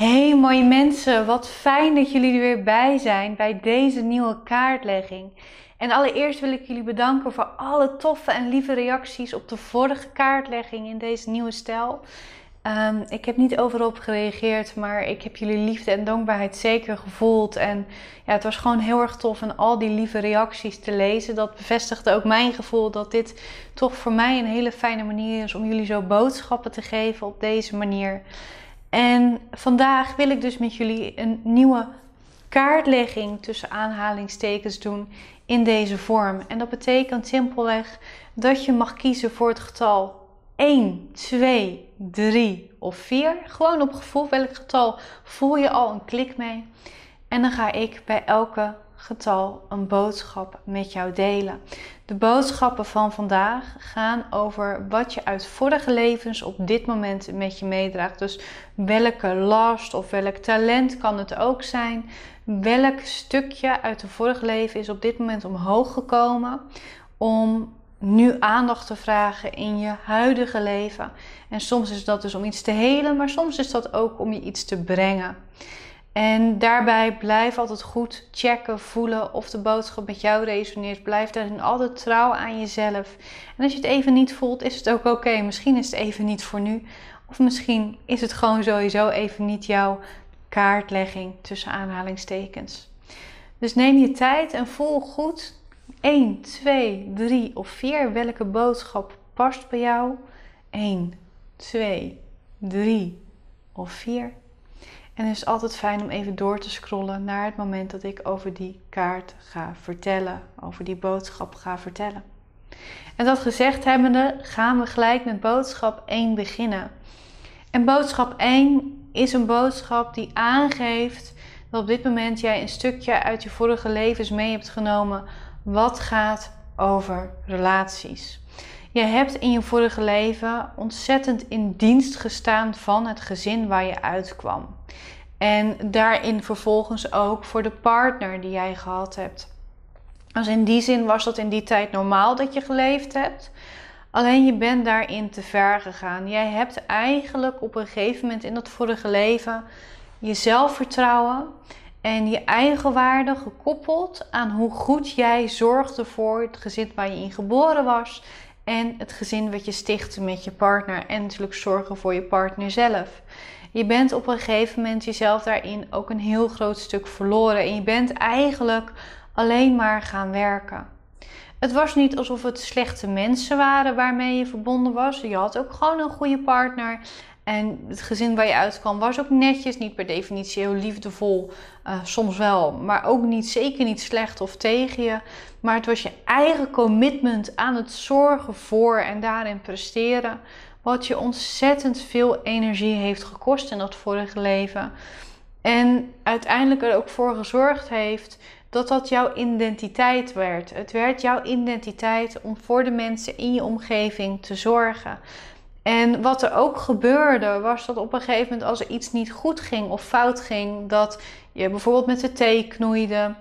Hey mooie mensen, wat fijn dat jullie er weer bij zijn bij deze nieuwe kaartlegging. En allereerst wil ik jullie bedanken voor alle toffe en lieve reacties op de vorige kaartlegging in deze nieuwe stijl. Ik heb niet overal op gereageerd, maar ik heb jullie liefde en dankbaarheid zeker gevoeld. En ja, het was gewoon heel erg tof en al die lieve reacties te lezen. Dat bevestigde ook mijn gevoel dat dit toch voor mij een hele fijne manier is om jullie zo boodschappen te geven op deze manier. En vandaag wil ik dus met jullie een nieuwe kaartlegging tussen aanhalingstekens doen in deze vorm. En dat betekent simpelweg dat je mag kiezen voor het getal 1, 2, 3 of 4. Gewoon op gevoel, welk getal voel je al een klik mee. En dan ga ik bij elke getal een boodschap met jou delen. De boodschappen van vandaag gaan over wat je uit vorige levens op dit moment met je meedraagt. Dus welke last of welk talent kan het ook zijn. Welk stukje uit de vorige leven is op dit moment omhoog gekomen om nu aandacht te vragen in je huidige leven. En soms is dat dus om iets te helen, maar soms is dat ook om je iets te brengen. En daarbij blijf altijd goed checken, voelen of de boodschap met jou resoneert. Blijf daarin altijd trouw aan jezelf. En als je het even niet voelt, is het ook oké. Misschien is het even niet voor nu. Of misschien is het gewoon sowieso even niet jouw kaartlegging tussen aanhalingstekens. Dus neem je tijd en voel goed 1, 2, 3 of 4. Welke boodschap past bij jou? 1, 2, 3 of 4. En het is altijd fijn om even door te scrollen naar het moment dat ik over die kaart ga vertellen. Over die boodschap ga vertellen. En dat gezegd hebbende gaan we gelijk met boodschap 1 beginnen. En boodschap 1 is een boodschap die aangeeft dat op dit moment jij een stukje uit je vorige levens mee hebt genomen. Wat gaat over relaties. Je hebt in je vorige leven ontzettend in dienst gestaan van het gezin waar je uitkwam. En daarin vervolgens ook voor de partner die jij gehad hebt. Dus in die zin was dat in die tijd normaal dat je geleefd hebt. Alleen je bent daarin te ver gegaan. Jij hebt eigenlijk op een gegeven moment in dat vorige leven je zelfvertrouwen en je eigenwaarde gekoppeld aan hoe goed jij zorgde voor het gezin waar je in geboren was. En het gezin wat je stichtte met je partner. En natuurlijk zorgen voor je partner zelf. Je bent op een gegeven moment jezelf daarin ook een heel groot stuk verloren. En je bent eigenlijk alleen maar gaan werken. Het was niet alsof het slechte mensen waren waarmee je verbonden was. Je had ook gewoon een goede partner. En het gezin waar je uitkwam was ook netjes. Niet per definitie heel liefdevol. Soms wel. Maar ook niet, zeker niet slecht of tegen je. Maar het was je eigen commitment aan het zorgen voor en daarin presteren. Wat je ontzettend veel energie heeft gekost in dat vorige leven. En uiteindelijk er ook voor gezorgd heeft dat dat jouw identiteit werd. Het werd jouw identiteit om voor de mensen in je omgeving te zorgen. En wat er ook gebeurde was dat op een gegeven moment als er iets niet goed ging of fout ging. Dat je bijvoorbeeld met de thee knoeide.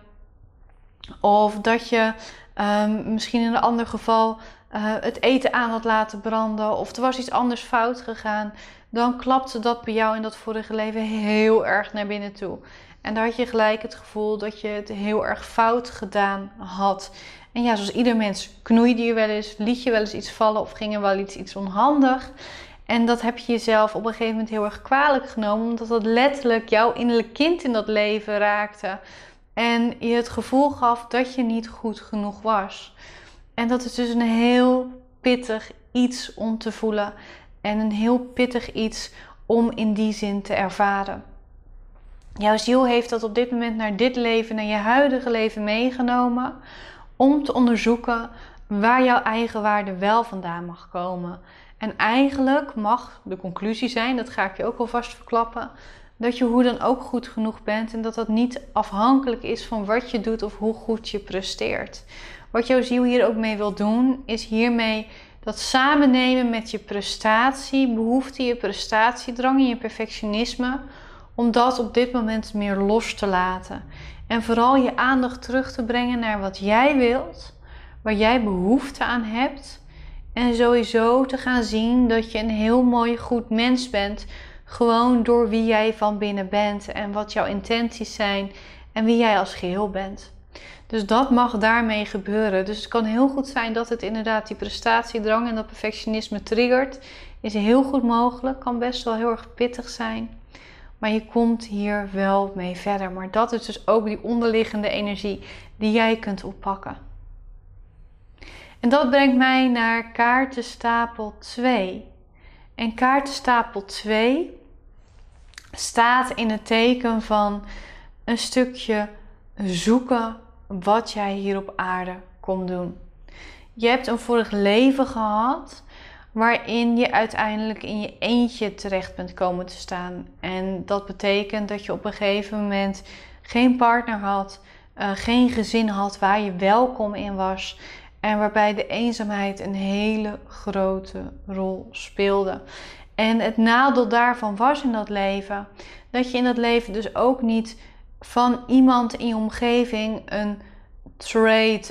Of dat je misschien in een ander geval het eten aan had laten branden. Of er was iets anders fout gegaan. Dan klapte dat bij jou in dat vorige leven heel erg naar binnen toe. En daar had je gelijk het gevoel dat je het heel erg fout gedaan had. En ja, zoals ieder mens knoeide je wel eens, liet je wel eens iets vallen of ging er wel iets onhandig. En dat heb je jezelf op een gegeven moment heel erg kwalijk genomen. Omdat dat letterlijk jouw innerlijk kind in dat leven raakte. En je het gevoel gaf dat je niet goed genoeg was. En dat is dus een heel pittig iets om te voelen. En een heel pittig iets om in die zin te ervaren. Jouw ziel heeft dat op dit moment naar dit leven, naar je huidige leven meegenomen. Om te onderzoeken waar jouw eigen waarde wel vandaan mag komen. En eigenlijk mag de conclusie zijn, dat ga ik je ook alvast verklappen, dat je hoe dan ook goed genoeg bent en dat dat niet afhankelijk is van wat je doet of hoe goed je presteert. Wat jouw ziel hier ook mee wil doen, is hiermee dat samennemen met je prestatiebehoefte, je prestatiedrang en je perfectionisme, om dat op dit moment meer los te laten. En vooral je aandacht terug te brengen naar wat jij wilt, waar jij behoefte aan hebt. En sowieso te gaan zien dat je een heel mooi goed mens bent, Gewoon door wie jij van binnen bent en wat jouw intenties zijn en wie jij als geheel bent. Dus dat mag daarmee gebeuren. Dus het kan heel goed zijn dat het inderdaad die prestatiedrang en dat perfectionisme triggert. Is heel goed mogelijk, kan best wel heel erg pittig zijn. Maar je komt hier wel mee verder. Maar dat is dus ook die onderliggende energie die jij kunt oppakken. En dat brengt mij naar kaartenstapel 2. En kaartenstapel 2 staat in het teken van een stukje zoeken wat jij hier op aarde komt doen. Je hebt een vorig leven gehad waarin je uiteindelijk in je eentje terecht bent komen te staan. En dat betekent dat je op een gegeven moment geen partner had, geen gezin had waar je welkom in was. En waarbij de eenzaamheid een hele grote rol speelde. En het nadeel daarvan was in dat leven, dat je in dat leven dus ook niet van iemand in je omgeving een trade,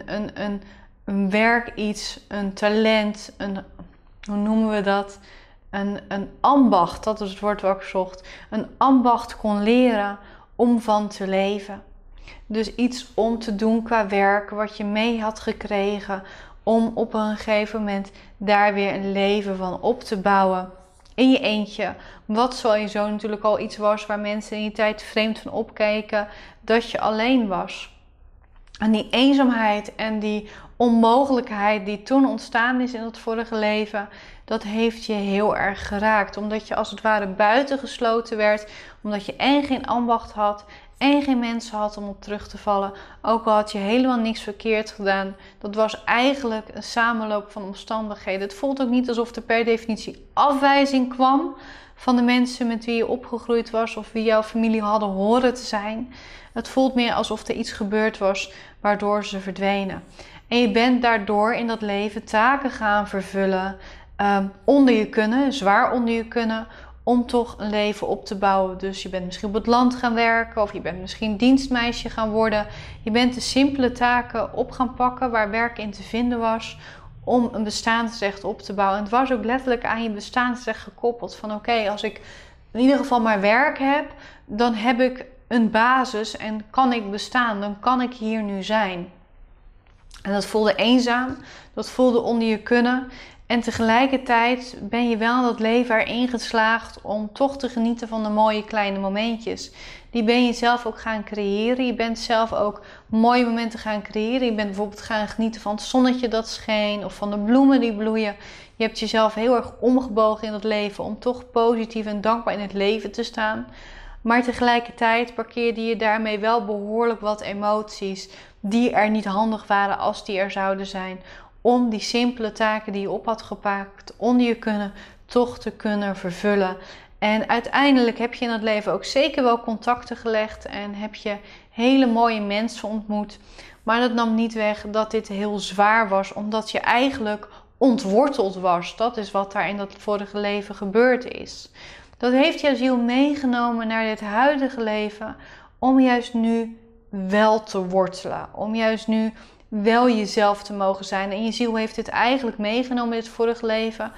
een werk iets, een talent, hoe noemen we dat? Een ambacht, dat is het woord wat ik zocht. Een ambacht kon leren om van te leven. Dus iets om te doen qua werk wat je mee had gekregen om op een gegeven moment daar weer een leven van op te bouwen. In je eentje. Wat sowieso natuurlijk al iets was waar mensen in die tijd vreemd van opkeken. Dat je alleen was. En die eenzaamheid en die onmogelijkheid die toen ontstaan is in het vorige leven. Dat heeft je heel erg geraakt. Omdat je als het ware buitengesloten werd. Omdat je en geen ambacht had. En geen mensen had om op terug te vallen. Ook al had je helemaal niks verkeerd gedaan. Dat was eigenlijk een samenloop van omstandigheden. Het voelt ook niet alsof er per definitie afwijzing kwam van de mensen met wie je opgegroeid was of wie jouw familie hadden horen te zijn. Het voelt meer alsof er iets gebeurd was waardoor ze verdwenen. En je bent daardoor in dat leven taken gaan vervullen onder je kunnen, zwaar onder je kunnen, om toch een leven op te bouwen. Dus je bent misschien op het land gaan werken of je bent misschien dienstmeisje gaan worden. Je bent de simpele taken op gaan pakken waar werk in te vinden was om een bestaansrecht op te bouwen. En het was ook letterlijk aan je bestaansrecht gekoppeld. Van oké, als ik in ieder geval maar werk heb, dan heb ik een basis en kan ik bestaan. Dan kan ik hier nu zijn. En dat voelde eenzaam. Dat voelde onder je kunnen. En tegelijkertijd ben je wel dat leven erin geslaagd om toch te genieten van de mooie kleine momentjes. Die ben je zelf ook gaan creëren. Je bent zelf ook mooie momenten gaan creëren. Je bent bijvoorbeeld gaan genieten van het zonnetje dat scheen of van de bloemen die bloeien. Je hebt jezelf heel erg omgebogen in het leven om toch positief en dankbaar in het leven te staan. Maar tegelijkertijd parkeerde je daarmee wel behoorlijk wat emoties die er niet handig waren als die er zouden zijn. Om die simpele taken die je op had gepakt onder je kunnen toch te kunnen vervullen. En uiteindelijk heb je in het leven ook zeker wel contacten gelegd en heb je hele mooie mensen ontmoet. Maar dat nam niet weg dat dit heel zwaar was, omdat je eigenlijk ontworteld was. Dat is wat daar in dat vorige leven gebeurd is. Dat heeft jouw ziel meegenomen naar dit huidige leven om juist nu wel te wortelen. Om juist nu wel jezelf te mogen zijn. En je ziel heeft dit eigenlijk meegenomen in het vorige leven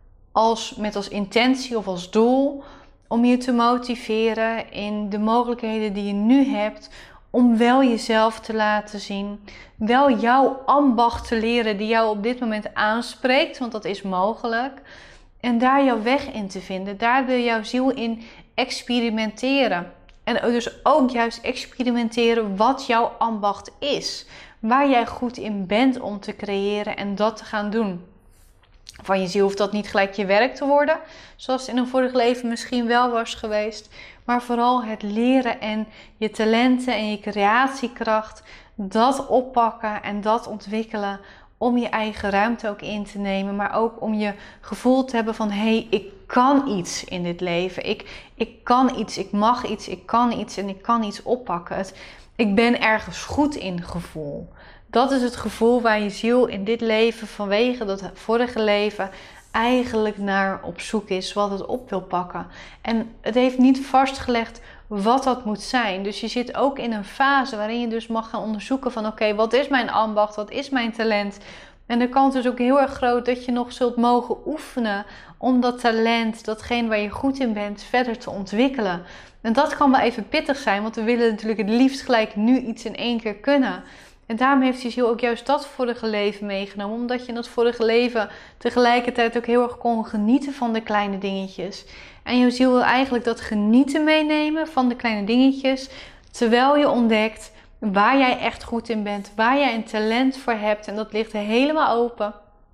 met als intentie of als doel om je te motiveren in de mogelijkheden die je nu hebt om wel jezelf te laten zien. Wel jouw ambacht te leren die jou op dit moment aanspreekt, want dat is mogelijk. En daar jouw weg in te vinden. Daar wil jouw ziel in experimenteren. En dus ook juist experimenteren wat jouw ambacht is. Waar jij goed in bent om te creëren en dat te gaan doen. Van je ziel hoeft dat niet gelijk je werk te worden. Zoals het in een vorig leven misschien wel was geweest. Maar vooral het leren en je talenten en je creatiekracht. Dat oppakken en dat ontwikkelen. Om je eigen ruimte ook in te nemen. Maar ook om je gevoel te hebben van hé, ik kan iets in dit leven. Ik kan iets, ik mag iets, ik kan iets en ik kan iets oppakken. Ik ben ergens goed in gevoel. Dat is het gevoel waar je ziel in dit leven vanwege dat vorige leven eigenlijk naar op zoek is. Wat het op wil pakken. En het heeft niet vastgelegd wat dat moet zijn. Dus je zit ook in een fase waarin je dus mag gaan onderzoeken van oké, wat is mijn ambacht? Wat is mijn talent? En de kans is ook heel erg groot dat je nog zult mogen oefenen om dat talent, datgene waar je goed in bent, verder te ontwikkelen. En dat kan wel even pittig zijn, want we willen natuurlijk het liefst gelijk nu iets in één keer kunnen. En daarom heeft je ziel ook juist dat vorige leven meegenomen. Omdat je in dat vorige leven tegelijkertijd ook heel erg kon genieten van de kleine dingetjes. En je ziel wil eigenlijk dat genieten meenemen van de kleine dingetjes. Terwijl je ontdekt waar jij echt goed in bent. Waar jij een talent voor hebt. En dat ligt helemaal open.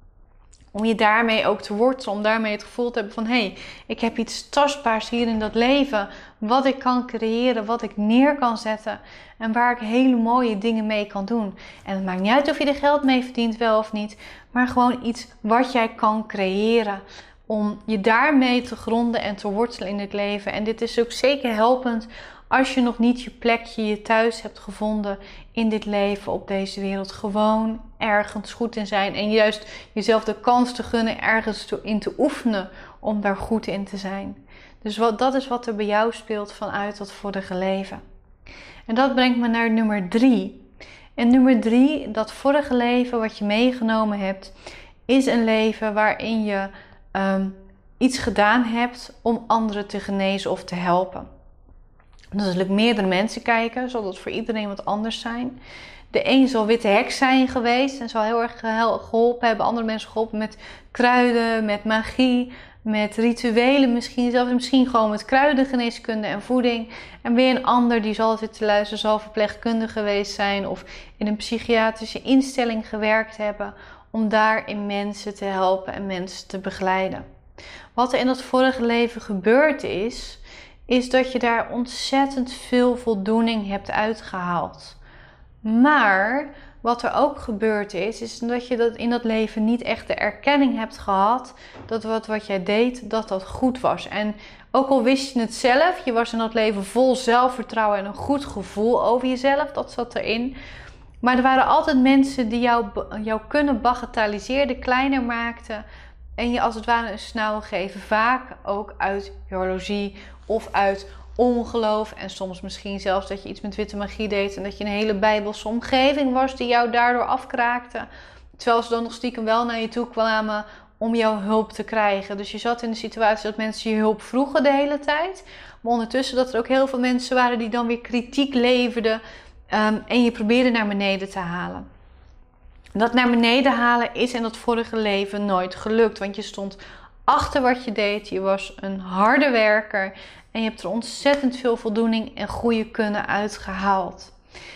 Om je daarmee ook te wortelen. Om daarmee het gevoel te hebben van... hé, ik heb iets tastbaars hier in dat leven. Wat ik kan creëren. Wat ik neer kan zetten. En waar ik hele mooie dingen mee kan doen. En het maakt niet uit of je er geld mee verdient, wel of niet. Maar gewoon iets wat jij kan creëren. Om je daarmee te gronden en te wortelen in het leven. En dit is ook zeker helpend als je nog niet je plekje, je thuis hebt gevonden in dit leven, op deze wereld. Gewoon ergens goed in zijn. En juist jezelf de kans te gunnen ergens in te oefenen om daar goed in te zijn. Dus dat is wat er bij jou speelt vanuit dat vorige leven. En dat brengt me naar nummer 3. En nummer 3, dat vorige leven wat je meegenomen hebt, is een leven waarin je iets gedaan hebt om anderen te genezen of te helpen. Dat zullen meerdere mensen kijken, zal dat voor iedereen wat anders zijn. De een zal witte heks zijn geweest en zal heel erg geholpen hebben, andere mensen geholpen met kruiden, met magie, met rituelen, misschien gewoon met kruidengeneeskunde en voeding. En weer een ander die zal zitten luisteren, zal verpleegkundige geweest zijn of in een psychiatrische instelling gewerkt hebben om daarin mensen te helpen en mensen te begeleiden. Wat er in dat vorige leven gebeurd is dat je daar ontzettend veel voldoening hebt uitgehaald. Maar wat er ook gebeurd is dat je in dat leven niet echt de erkenning hebt gehad dat wat jij deed, dat goed was. En ook al wist je het zelf, je was in dat leven vol zelfvertrouwen en een goed gevoel over jezelf, dat zat erin. Maar er waren altijd mensen die jou kunnen bagatelliseren, kleiner maakten en je als het ware een snauw geven. Vaak ook uit jaloezie of uit ongeloof en soms misschien zelfs dat je iets met witte magie deed en dat je een hele bijbelse omgeving was die jou daardoor afkraakte. Terwijl ze dan nog stiekem wel naar je toe kwamen om jouw hulp te krijgen. Dus je zat in de situatie dat mensen je hulp vroegen de hele tijd. Maar ondertussen dat er ook heel veel mensen waren die dan weer kritiek leverden en je probeerde naar beneden te halen. Dat naar beneden halen is in dat vorige leven nooit gelukt, want je stond achter wat je deed. Je was een harde werker en je hebt er ontzettend veel voldoening en goede kunnen uitgehaald.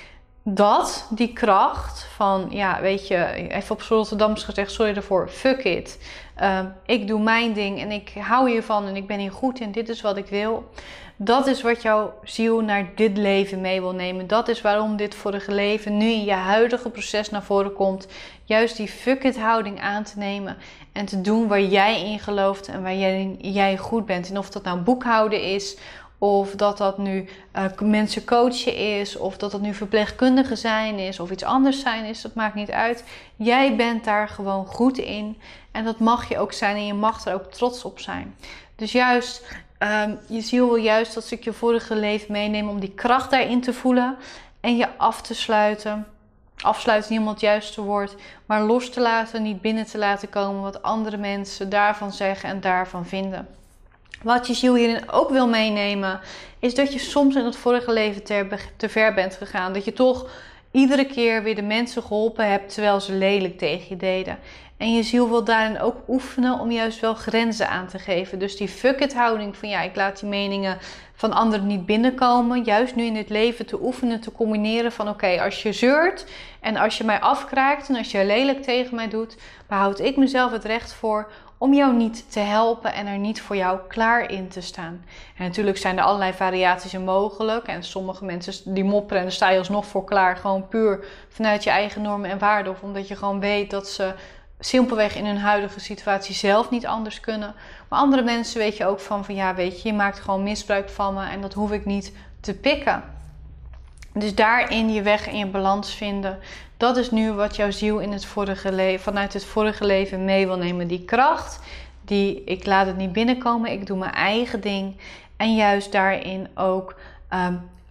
Die kracht van, ja, weet je, even op Rotterdams gezegd, sorry daarvoor, fuck it. Ik doe mijn ding en ik hou hiervan en ik ben hier goed en dit is wat ik wil. Dat is wat jouw ziel naar dit leven mee wil nemen. Dat is waarom dit vorige leven nu in je huidige proces naar voren komt. Juist die fuck it houding aan te nemen en te doen waar jij in gelooft en waar jij goed bent. En of dat nou boekhouden is, of dat nu mensen coachen is, of dat nu verpleegkundige zijn is, of iets anders zijn is, dat maakt niet uit. Jij bent daar gewoon goed in en dat mag je ook zijn en je mag er ook trots op zijn. Dus juist, je ziel wil juist dat stukje vorige leven meenemen om die kracht daarin te voelen en je af te sluiten. Afsluiten is niet helemaal het juiste woord, maar los te laten, niet binnen te laten komen wat andere mensen daarvan zeggen en daarvan vinden. Wat je ziel hierin ook wil meenemen, is dat je soms in het vorige leven te ver bent gegaan. Dat je toch iedere keer weer de mensen geholpen hebt terwijl ze lelijk tegen je deden. En je ziel wil daarin ook oefenen om juist wel grenzen aan te geven. Dus die fuck it houding van ja, ik laat die meningen van anderen niet binnenkomen. Juist nu in dit leven te oefenen, te combineren van oké, als je zeurt en als je mij afkraakt en als je lelijk tegen mij doet, behoud ik mezelf het recht voor om jou niet te helpen en er niet voor jou klaar in te staan. En natuurlijk zijn er allerlei variaties in mogelijk. En sommige mensen die mopperen en daar sta je alsnog voor klaar. Gewoon puur vanuit je eigen normen en waarden. Of omdat je gewoon weet dat ze simpelweg in hun huidige situatie zelf niet anders kunnen. Maar andere mensen weet je ook van ja, weet je maakt gewoon misbruik van me en dat hoef ik niet te pikken. Dus daarin je weg en je balans vinden. Dat is nu wat jouw ziel in het vorige leven, vanuit het vorige leven mee wil nemen. Die kracht, ik laat het niet binnenkomen, ik doe mijn eigen ding. En juist daarin ook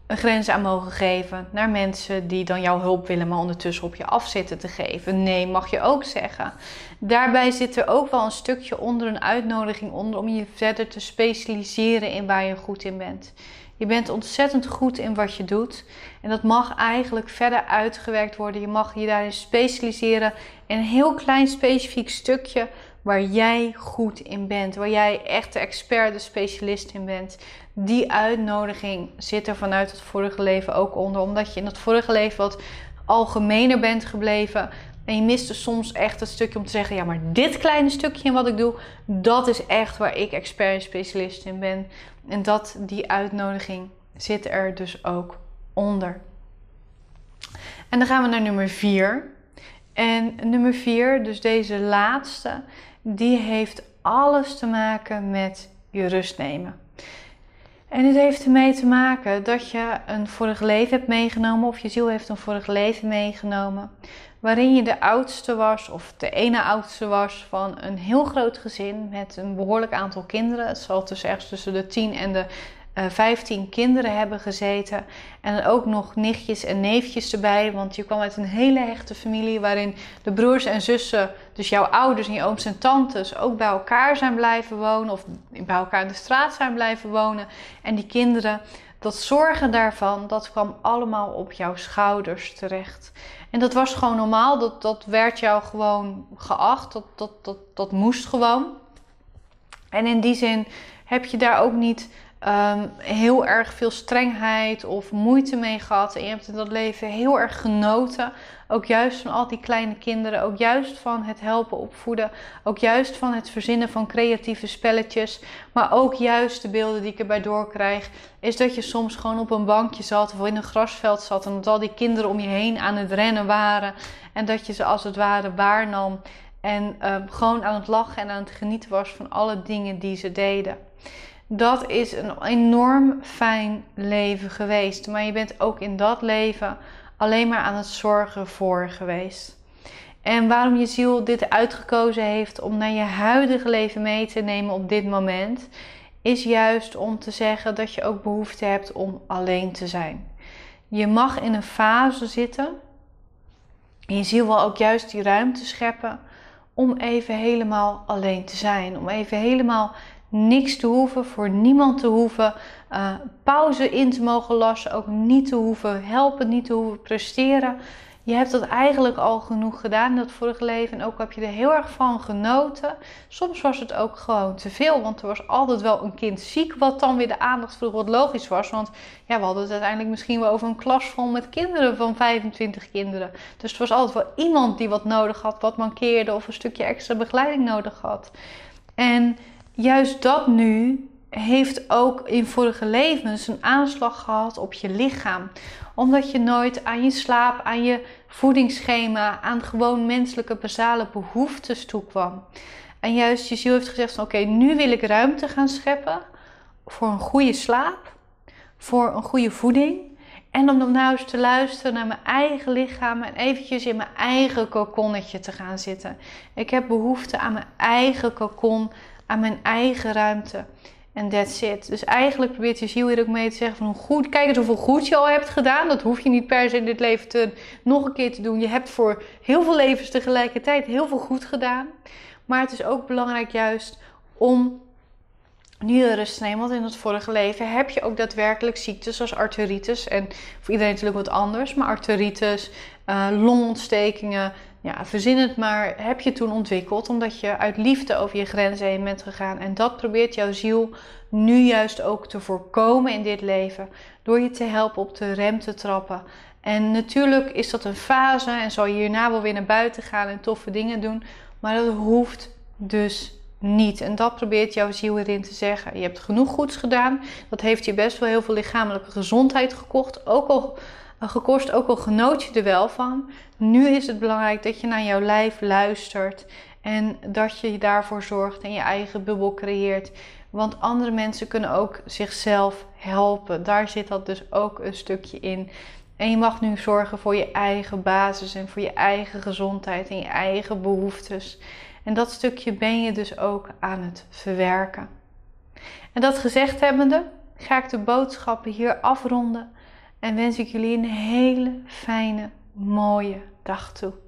een grens aan mogen geven naar mensen die dan jouw hulp willen, maar ondertussen op je af zitten te geven. Nee, mag je ook zeggen. Daarbij zit er ook wel een stukje onder, een uitnodiging onder, om je verder te specialiseren in waar je goed in bent. Je bent ontzettend goed in wat je doet. En dat mag eigenlijk verder uitgewerkt worden. Je mag je daarin specialiseren in een heel klein specifiek stukje waar jij goed in bent. Waar jij echt de expert, de specialist in bent. Die uitnodiging zit er vanuit het vorige leven ook onder. Omdat je in het vorige leven wat algemener bent gebleven. En je mist dus soms echt het stukje om te zeggen, ja, maar dit kleine stukje in wat ik doe, dat is echt waar ik expert en specialist in ben. En die uitnodiging zit er dus ook onder. En dan gaan we naar nummer 4. En nummer 4, dus deze laatste, die heeft alles te maken met je rust nemen. En dit heeft ermee te maken dat je een vorig leven hebt meegenomen, of je ziel heeft een vorig leven meegenomen, waarin je de oudste was, of de ene oudste was van een heel groot gezin met een behoorlijk aantal kinderen. Het zal dus ergens tussen de 10 en de 15 kinderen hebben gezeten. En ook nog nichtjes en neefjes erbij, want je kwam uit een hele hechte familie waarin de broers en zussen, dus jouw ouders en je ooms en tantes, ook bij elkaar zijn blijven wonen of bij elkaar in de straat zijn blijven wonen. En die kinderen, dat zorgen daarvan, dat kwam allemaal op jouw schouders terecht. En dat was gewoon normaal, dat werd jou gewoon geacht, dat moest gewoon. En in die zin heb je daar ook niet heel erg veel strengheid of moeite mee gehad. En je hebt in dat leven heel erg genoten. Ook juist van al die kleine kinderen. Ook juist van het helpen opvoeden. Ook juist van het verzinnen van creatieve spelletjes. Maar ook juist de beelden die ik erbij doorkrijg. Is dat je soms gewoon op een bankje zat of in een grasveld zat. En dat al die kinderen om je heen aan het rennen waren. En dat je ze als het ware waarnam. En gewoon aan het lachen en aan het genieten was van alle dingen die ze deden. Dat is een enorm fijn leven geweest. Maar je bent ook in dat leven alleen maar aan het zorgen voor geweest. En waarom je ziel dit uitgekozen heeft om naar je huidige leven mee te nemen op dit moment, is juist om te zeggen dat je ook behoefte hebt om alleen te zijn. Je mag in een fase zitten. En je ziel wil ook juist die ruimte scheppen om even helemaal alleen te zijn. Om even helemaal niks te hoeven, voor niemand te hoeven, pauze in te mogen lassen, ook niet te hoeven helpen, niet te hoeven presteren. Je hebt dat eigenlijk al genoeg gedaan in dat vorige leven en ook heb je er heel erg van genoten. Soms was het ook gewoon te veel, want er was altijd wel een kind ziek wat dan weer de aandacht vroeg, wat logisch was. Want ja, we hadden het uiteindelijk misschien wel over een klas vol met kinderen van 25 kinderen. Dus er was altijd wel iemand die wat nodig had, wat mankeerde of een stukje extra begeleiding nodig had. En juist dat nu heeft ook in vorige levens een aanslag gehad op je lichaam. Omdat je nooit aan je slaap, aan je voedingsschema, aan gewoon menselijke basale behoeftes toekwam. En juist je ziel heeft gezegd van oké, nu wil ik ruimte gaan scheppen voor een goede slaap, voor een goede voeding. En om dan nou eens te luisteren naar mijn eigen lichaam en eventjes in mijn eigen kokonnetje te gaan zitten. Ik heb behoefte aan mijn eigen kokon, aan mijn eigen ruimte. En that's it. Dus eigenlijk probeert je ziel hier ook mee te zeggen van kijk eens hoeveel goed je al hebt gedaan. Dat hoef je niet per se in dit leven nog een keer te doen. Je hebt voor heel veel levens tegelijkertijd heel veel goed gedaan. Maar het is ook belangrijk juist om nu de rust te nemen. Want in het vorige leven heb je ook daadwerkelijk ziektes zoals arteritis. En voor iedereen natuurlijk wat anders. Maar arteritis, longontstekingen, ja, verzin het maar, heb je toen ontwikkeld omdat je uit liefde over je grenzen heen bent gegaan. En dat probeert jouw ziel nu juist ook te voorkomen in dit leven. Door je te helpen op de rem te trappen. En natuurlijk is dat een fase en zal je hierna wel weer naar buiten gaan en toffe dingen doen. Maar dat hoeft dus niet. En dat probeert jouw ziel erin te zeggen. Je hebt genoeg goeds gedaan. Dat heeft je best wel heel veel lichamelijke gezondheid gekost. Ook al genoot je er wel van. Nu is het belangrijk dat je naar jouw lijf luistert. En dat je daarvoor zorgt en je eigen bubbel creëert. Want andere mensen kunnen ook zichzelf helpen. Daar zit dat dus ook een stukje in. En je mag nu zorgen voor je eigen basis en voor je eigen gezondheid en je eigen behoeftes. En dat stukje ben je dus ook aan het verwerken. En dat gezegd hebbende, ga ik de boodschappen hier afronden. En wens ik jullie een hele fijne, mooie dag toe.